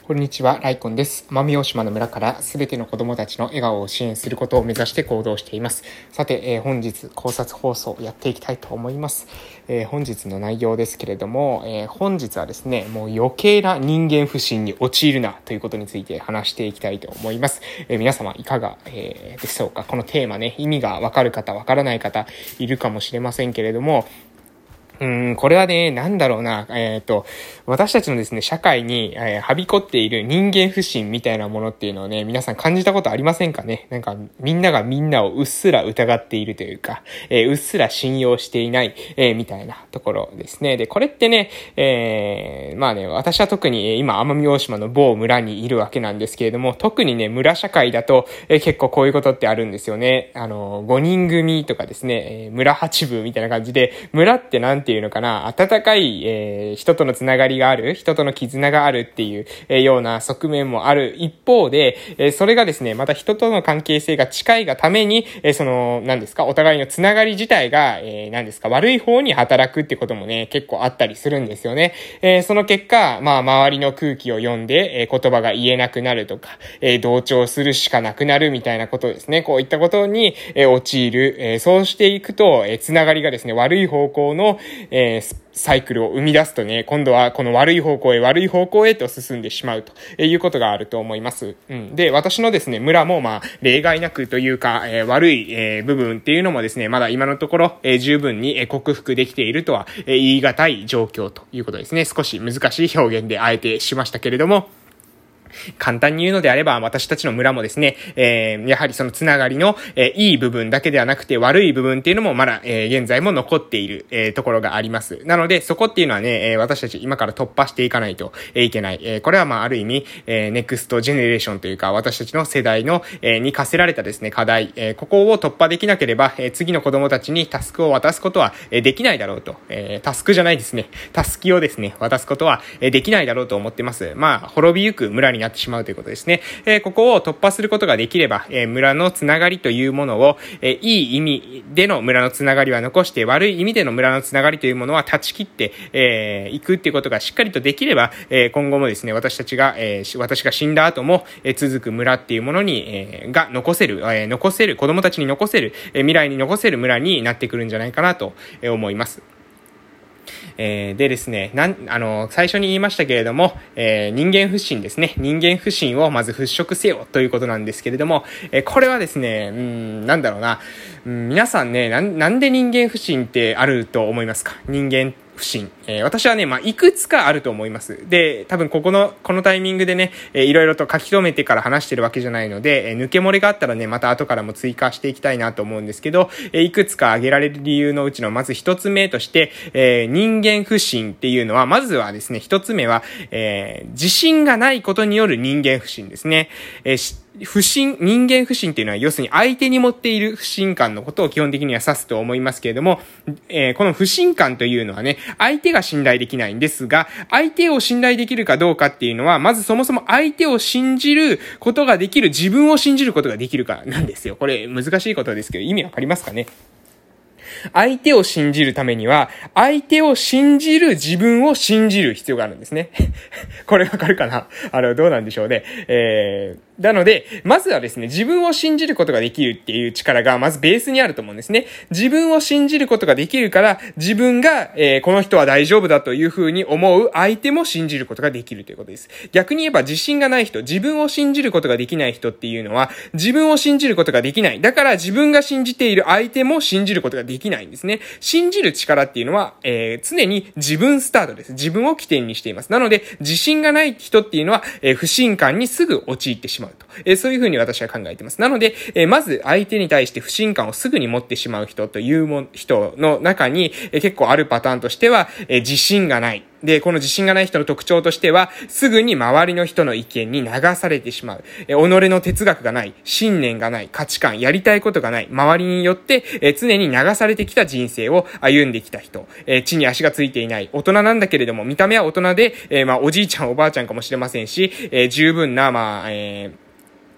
こんにちは、ライコンです。奄美大島の村からすべての子供たちの笑顔を支援することを目指して行動しています。さて、本日考察放送をやっていきたいと思います。本日の内容ですけれども、本日はですね、もう余計な人間不信に陥るなということについて話していきたいと思います。皆様いかが、でしょうか。このテーマね、意味がわかる方、わからない方いるかもしれませんけれども、これはね、なんだろうな、私たちのですね、社会に、はびこっている人間不信みたいなものっていうのをね、皆さん感じたことありませんかね。なんか、みんながみんなをうっすら疑っているというか、うっすら信用していない、みたいなところですね。で、これってね、まあね、私は特に今、奄美大島の某村にいるわけなんですけれども、特にね、村社会だと、結構こういうことってあるんですよね。5人組とかですね、村八部みたいな感じで、村ってなんていうのかな、温かい、人とのつながりがある、人との絆があるっていう、ような側面もある一方で、それがですね、また人との関係性が近いがために、何ですか、お互いのつながり自体が、何ですか、悪い方に働くってこともね、結構あったりするんですよね。その結果、まあ、周りの空気を読んで、言葉が言えなくなるとか、同調するしかなくなるみたいなことですね。こういったことに、陥る。そうしていくと、つながりがですね、悪い方向の、サイクルを生み出すとね、今度はこの悪い方向へと進んでしまうということがあると思います。で、私のですね、村もまあ、例外なくというか、悪い、部分っていうのもですね、まだ今のところ、十分に、克服できているとは、言い難い状況ということですね。少し難しい表現であえてしましたけれども、簡単に言うのであれば、私たちの村もですね、やはりそのつながりの、いい部分だけではなくて悪い部分っていうのもまだ、現在も残っている、ところがあります。なので、そこっていうのはね、私たち今から突破していかないと、いけない。これはまあある意味、ネクストジェネレーションというか、私たちの世代の、に課せられたですね、課題、ここを突破できなければ、次の子供たちにタスクを渡すことは、できないだろうと、タスクじゃないですね、タスキをですね、渡すことは、できないだろうと思ってます。まあ、滅びゆく村になってしまうということですね。ここを突破することができれば、村のつながりというものを、いい意味での村のつながりは残して、悪い意味での村のつながりというものは断ち切って、いくっていうことがしっかりとできれば、今後もですね、私が死んだ後も、続く村っていうものに、が残せる、子供たちに残せる、未来に残せる村になってくるんじゃないかなと思います。でですね、最初に言いましたけれども、人間不信ですね。人間不信をまず払拭せよということなんですけれども、これはですね、なんだろうな、皆さんね、なんで人間不信ってあると思いますか？人間不信。私はね、まあ、いくつかあると思います。で、多分このタイミングでね、いろいろと書き留めてから話してるわけじゃないので、抜け漏れがあったらね、また後からも追加していきたいなと思うんですけど、いくつか挙げられる理由のうちのまず一つ目として、人間不信っていうのは、まずはですね、一つ目は、自信がないことによる人間不信ですね。人間不信っていうのは要するに相手に持っている不信感のことを基本的には指すと思いますけれども、この不信感というのはね、相手が信頼できないんですが、相手を信頼できるかどうかっていうのは、まずそもそも相手を信じることができる、自分を信じることができるかなんですよ。これ難しいことですけど、意味わかりますかね？相手を信じるためには、相手を信じる自分を信じる必要があるんですね。これわかるかな？どうなんでしょうね。なので、まずはですね、自分を信じることができるっていう力がまずベースにあると思うんですね。自分を信じることができるから、自分が、この人は大丈夫だというふうに思う相手も信じることができるということです。逆に言えば自信がない人、自分を信じることができない人っていうのは、自分を信じることができない。だから自分が信じている相手も信じることができないんですね。信じる力っていうのは、常に自分スタートです。自分を起点にしています。なので、自信がない人っていうのは、不信感にすぐ陥ってしまうと。そういうふうに私は考えています。なので、まず相手に対して不信感をすぐに持ってしまう人という人の中に、結構あるパターンとしては、自信がない。で、この自信がない人の特徴としては、すぐに周りの人の意見に流されてしまう。己の哲学がない、信念がない、価値観、やりたいことがない、周りによって、常に流されてきた人生を歩んできた人、地に足がついていない、大人なんだけれども、見た目は大人で、おじいちゃんおばあちゃんかもしれませんし、十分な、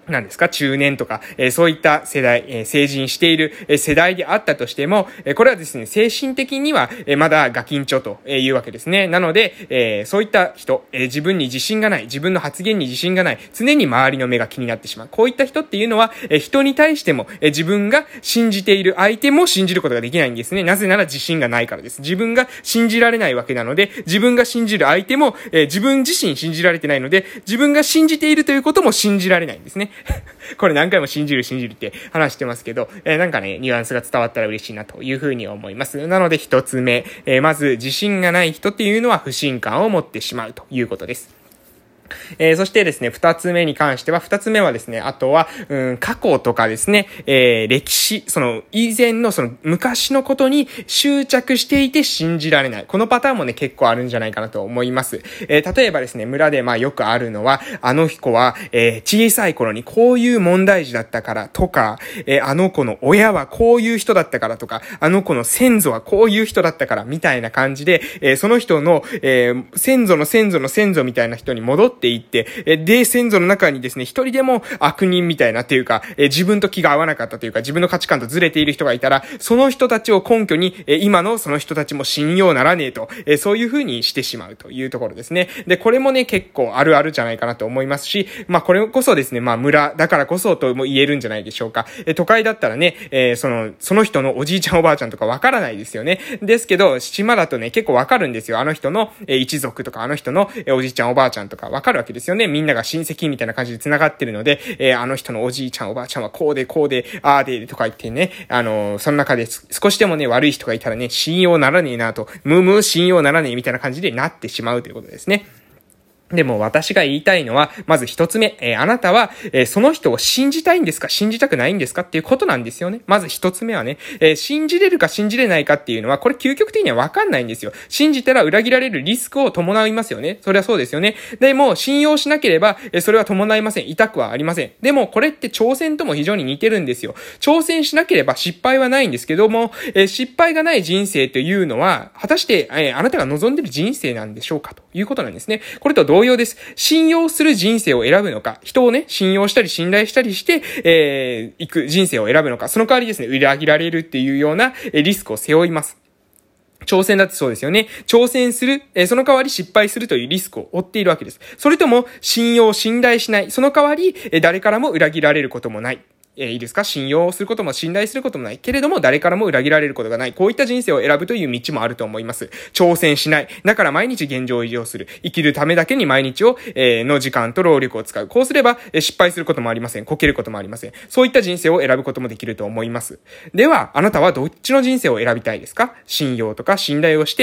何ですか、中年とか、そういった世代、成人している、世代であったとしても、これはですね、精神的には、まだガキンチョというわけですね。なので、そういった人、自分に自信がない、自分の発言に自信がない、常に周りの目が気になってしまう。こういった人っていうのは、人に対しても、自分が信じている相手も信じることができないんですね。なぜなら自信がないからです。自分が信じられないわけなので、自分が信じる相手も、自分自身信じられてないので、自分が信じているということも信じられないんですね。これ何回も信じるって話してますけど、なんかね、ニュアンスが伝わったら嬉しいなというふうに思います。なので一つ目、まず自信がない人っていうのは不信感を持ってしまうということです。そしてですね、二つ目はですね、あとは、過去とかですね、歴史、以前の昔のことに執着していて信じられない。このパターンもね、結構あるんじゃないかなと思います。例えばですね、村でよくあるのは、あの子は、小さい頃にこういう問題児だったからとか、あの子の親はこういう人だったからとか、あの子の先祖はこういう人だったからみたいな感じで、その人の、先祖の先祖の先祖みたいな人に戻っていって、で、先祖の中にですね、一人でも悪人みたいなっていうか、自分と気が合わなかったというか、自分の価値観とずれている人がいたら、その人たちを根拠に、今のその人たちも信用ならねえと、そういう風にしてしまうというところですね。で、これもね、結構あるあるじゃないかなと思いますし、これこそですね、村だからこそとも言えるんじゃないでしょうか。都会だったらね、その人のおじいちゃんおばあちゃんとかわからないですよね。ですけど、島だとね、結構わかるんですよ。あの人の一族とか、あの人のおじいちゃんおばあちゃんとかわかるわけですよね。みんなが親戚みたいな感じで繋がってるので、あの人のおじいちゃんおばあちゃんはこうで、ああで、とか言ってね、その中で少しでもね、悪い人がいたらね、信用ならねえなと、信用ならねえみたいな感じでなってしまうということですね。でも私が言いたいのは、まず一つ目、あなたは、その人を信じたいんですか信じたくないんですかっていうことなんですよね。まず一つ目はね、信じれるか信じれないかっていうのは、これ究極的にはわかんないんですよ。信じたら裏切られるリスクを伴いますよね。それはそうですよね。でも、信用しなければ、それは伴いません。痛くはありません。でも、これって挑戦とも非常に似てるんですよ。挑戦しなければ失敗はないんですけども、失敗がない人生というのは、果たして、あなたが望んでる人生なんでしょうかということなんですね。これと同様です。信用する人生を選ぶのか、人をね、信用したり信頼したりして、行く人生を選ぶのか、その代わりですね、裏切られるっていうようなリスクを背負います。挑戦だってそうですよね。挑戦する、その代わり失敗するというリスクを負っているわけです。それとも、信用、信頼しない。その代わり、誰からも裏切られることもない。いいですか？信用することも信頼することもない。けれども誰からも裏切られることがない。こういった人生を選ぶという道もあると思います。挑戦しない。だから毎日現状維持をする。生きるためだけに毎日を、の時間と労力を使う。こうすれば、失敗することもありません。こけることもありません。そういった人生を選ぶこともできると思います。では、あなたはどっちの人生を選びたいですか？信用とか信頼をして、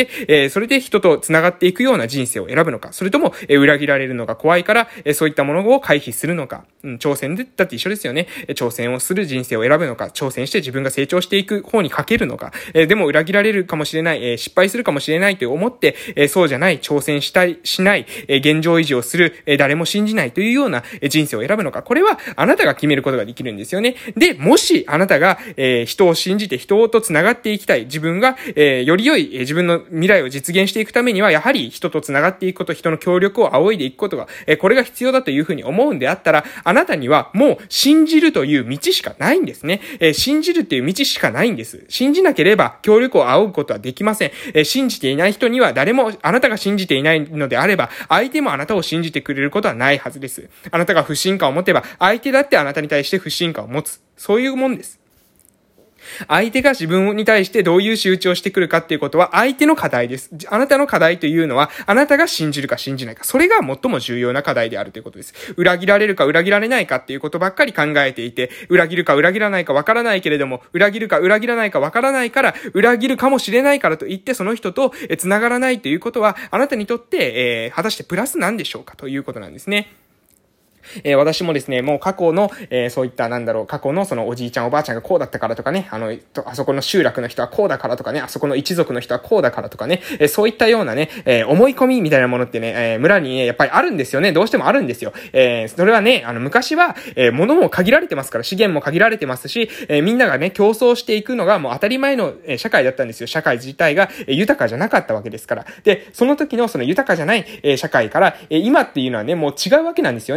それで人と繋がっていくような人生を選ぶのか。それとも、裏切られるのが怖いから、そういったものを回避するのか。挑戦で、だって一緒ですよね。挑戦をする人生を選ぶのか、挑戦して自分が成長していく方にかけるのか、でも裏切られるかもしれない、失敗するかもしれないと思って、そうじゃない、挑戦したりしない、現状維持をする、誰も信じないというような人生を選ぶのか、これはあなたが決めることができるんですよね。で、もしあなたが、人を信じて人と繋がっていきたい、自分が、より良い、自分の未来を実現していくためには、やはり人と繋がっていくこと、人の協力を仰いでいくことが、これが必要だというふうに思うんであったら、あなたにはもう信じるという道しかないんですね。信じるっていう道しかないんです。信じなければ協力を仰ぐことはできません。信じていない人には誰もあなたが信じていないのであれば、相手もあなたを信じてくれることはないはずです。あなたが不信感を持てば、相手だってあなたに対して不信感を持つ。そういうもんです。相手が自分に対してどういう仕打ちをしてくるかっていうことは相手の課題です。あなたの課題というのはあなたが信じるか信じないか。それが最も重要な課題であるということです。裏切られるか裏切られないかっていうことばっかり考えていて、裏切るか裏切らないかわからないけれども、裏切るか裏切らないかわからないから、裏切るかもしれないからと言ってその人と繋がらないということはあなたにとって、果たしてプラスなんでしょうかということなんですね。私もですね、もう過去の、そういった過去のそのおじいちゃんおばあちゃんがこうだったからとかね、あそこの集落の人はこうだからとかね、あそこの一族の人はこうだからとかね、そういったようなね、思い込みみたいなものってね、村にね、やっぱりあるんですよね。どうしてもあるんですよ。それはね、昔は、物も限られてますから、資源も限られてますし、みんながね、競争していくのがもう当たり前の、社会だったんですよ。社会自体が、豊かじゃなかったわけですから。で、その時のその豊かじゃない、社会から、今っていうのはね、もう違うわけなんですよね。物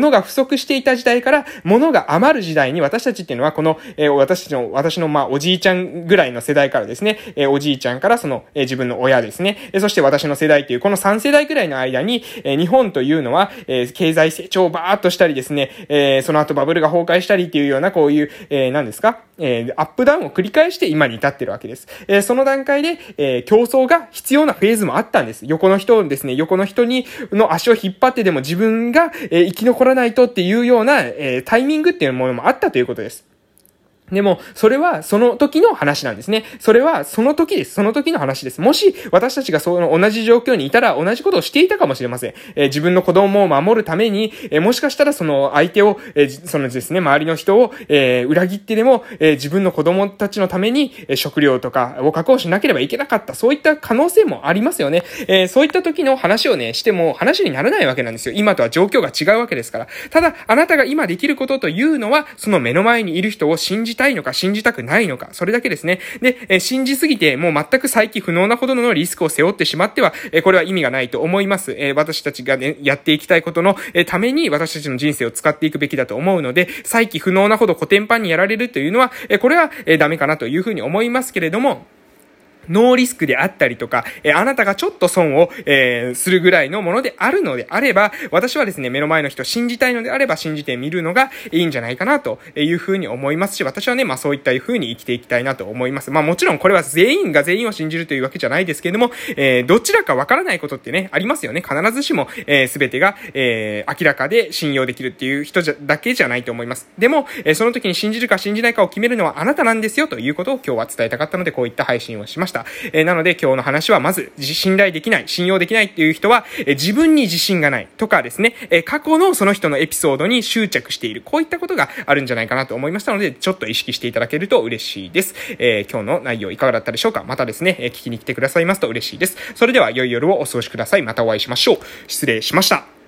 物が不足していた時代から物が余る時代に私たちっていうのはこの、私のおじいちゃんぐらいの世代からですね、おじいちゃんからその、自分の親ですね、そして私の世代というこの3世代くらいの間に、日本というのは、経済成長をバーっとしたりですね、その後バブルが崩壊したりっていうようなこういう、何ですか、アップダウンを繰り返して今に至ってるわけです。その段階で、競争が必要なフェーズもあったんです。横の人の足を引っ張ってでも自分が、生き残らないとっていうような、タイミングっていうものもあったということです。でも、それはその時の話なんですね。それはその時です。その時の話です。もし私たちがその同じ状況にいたら同じことをしていたかもしれません。自分の子供を守るために、もしかしたらその相手を、そのですね、周りの人を、裏切ってでも、自分の子供たちのために、食料とかを確保しなければいけなかった。そういった可能性もありますよね。そういった時の話をね、しても話にならないわけなんですよ。今とは状況が違うわけですから。ただ、あなたが今できることというのは、その目の前にいる人を信じたいのか信じたくないのか、それだけですね。で、信じすぎてもう全く再起不能なほどのリスクを背負ってしまっては、これは意味がないと思います。私たちがね、やっていきたいことの、ために私たちの人生を使っていくべきだと思うので、再起不能なほどコテンパンにやられるというのは、これは、ダメかなというふうに思いますけれども、ノーリスクであったりとか、あなたがちょっと損を、するぐらいのものであるのであれば、私はですね、目の前の人を信じたいのであれば信じてみるのがいいんじゃないかなというふうに思いますし、私はね、そういったふうに生きていきたいなと思います。もちろんこれは全員が全員を信じるというわけじゃないですけれども、どちらかわからないことってね、ありますよね。必ずしも、すべてが、明らかで信用できるっていう人だけじゃないと思います。でも、その時に信じるか信じないかを決めるのはあなたなんですよということを今日は伝えたかったので、こういった配信をしました。なので今日の話はまず信頼できない、信用できないっていう人は自分に自信がないとかですね、過去のその人のエピソードに執着している、こういったことがあるんじゃないかなと思いましたので、ちょっと意識していただけると嬉しいです。今日の内容いかがだったでしょうか。またですね、聞きに来てくださいますと嬉しいです。それでは良い夜をお過ごしください。またお会いしましょう。失礼しました。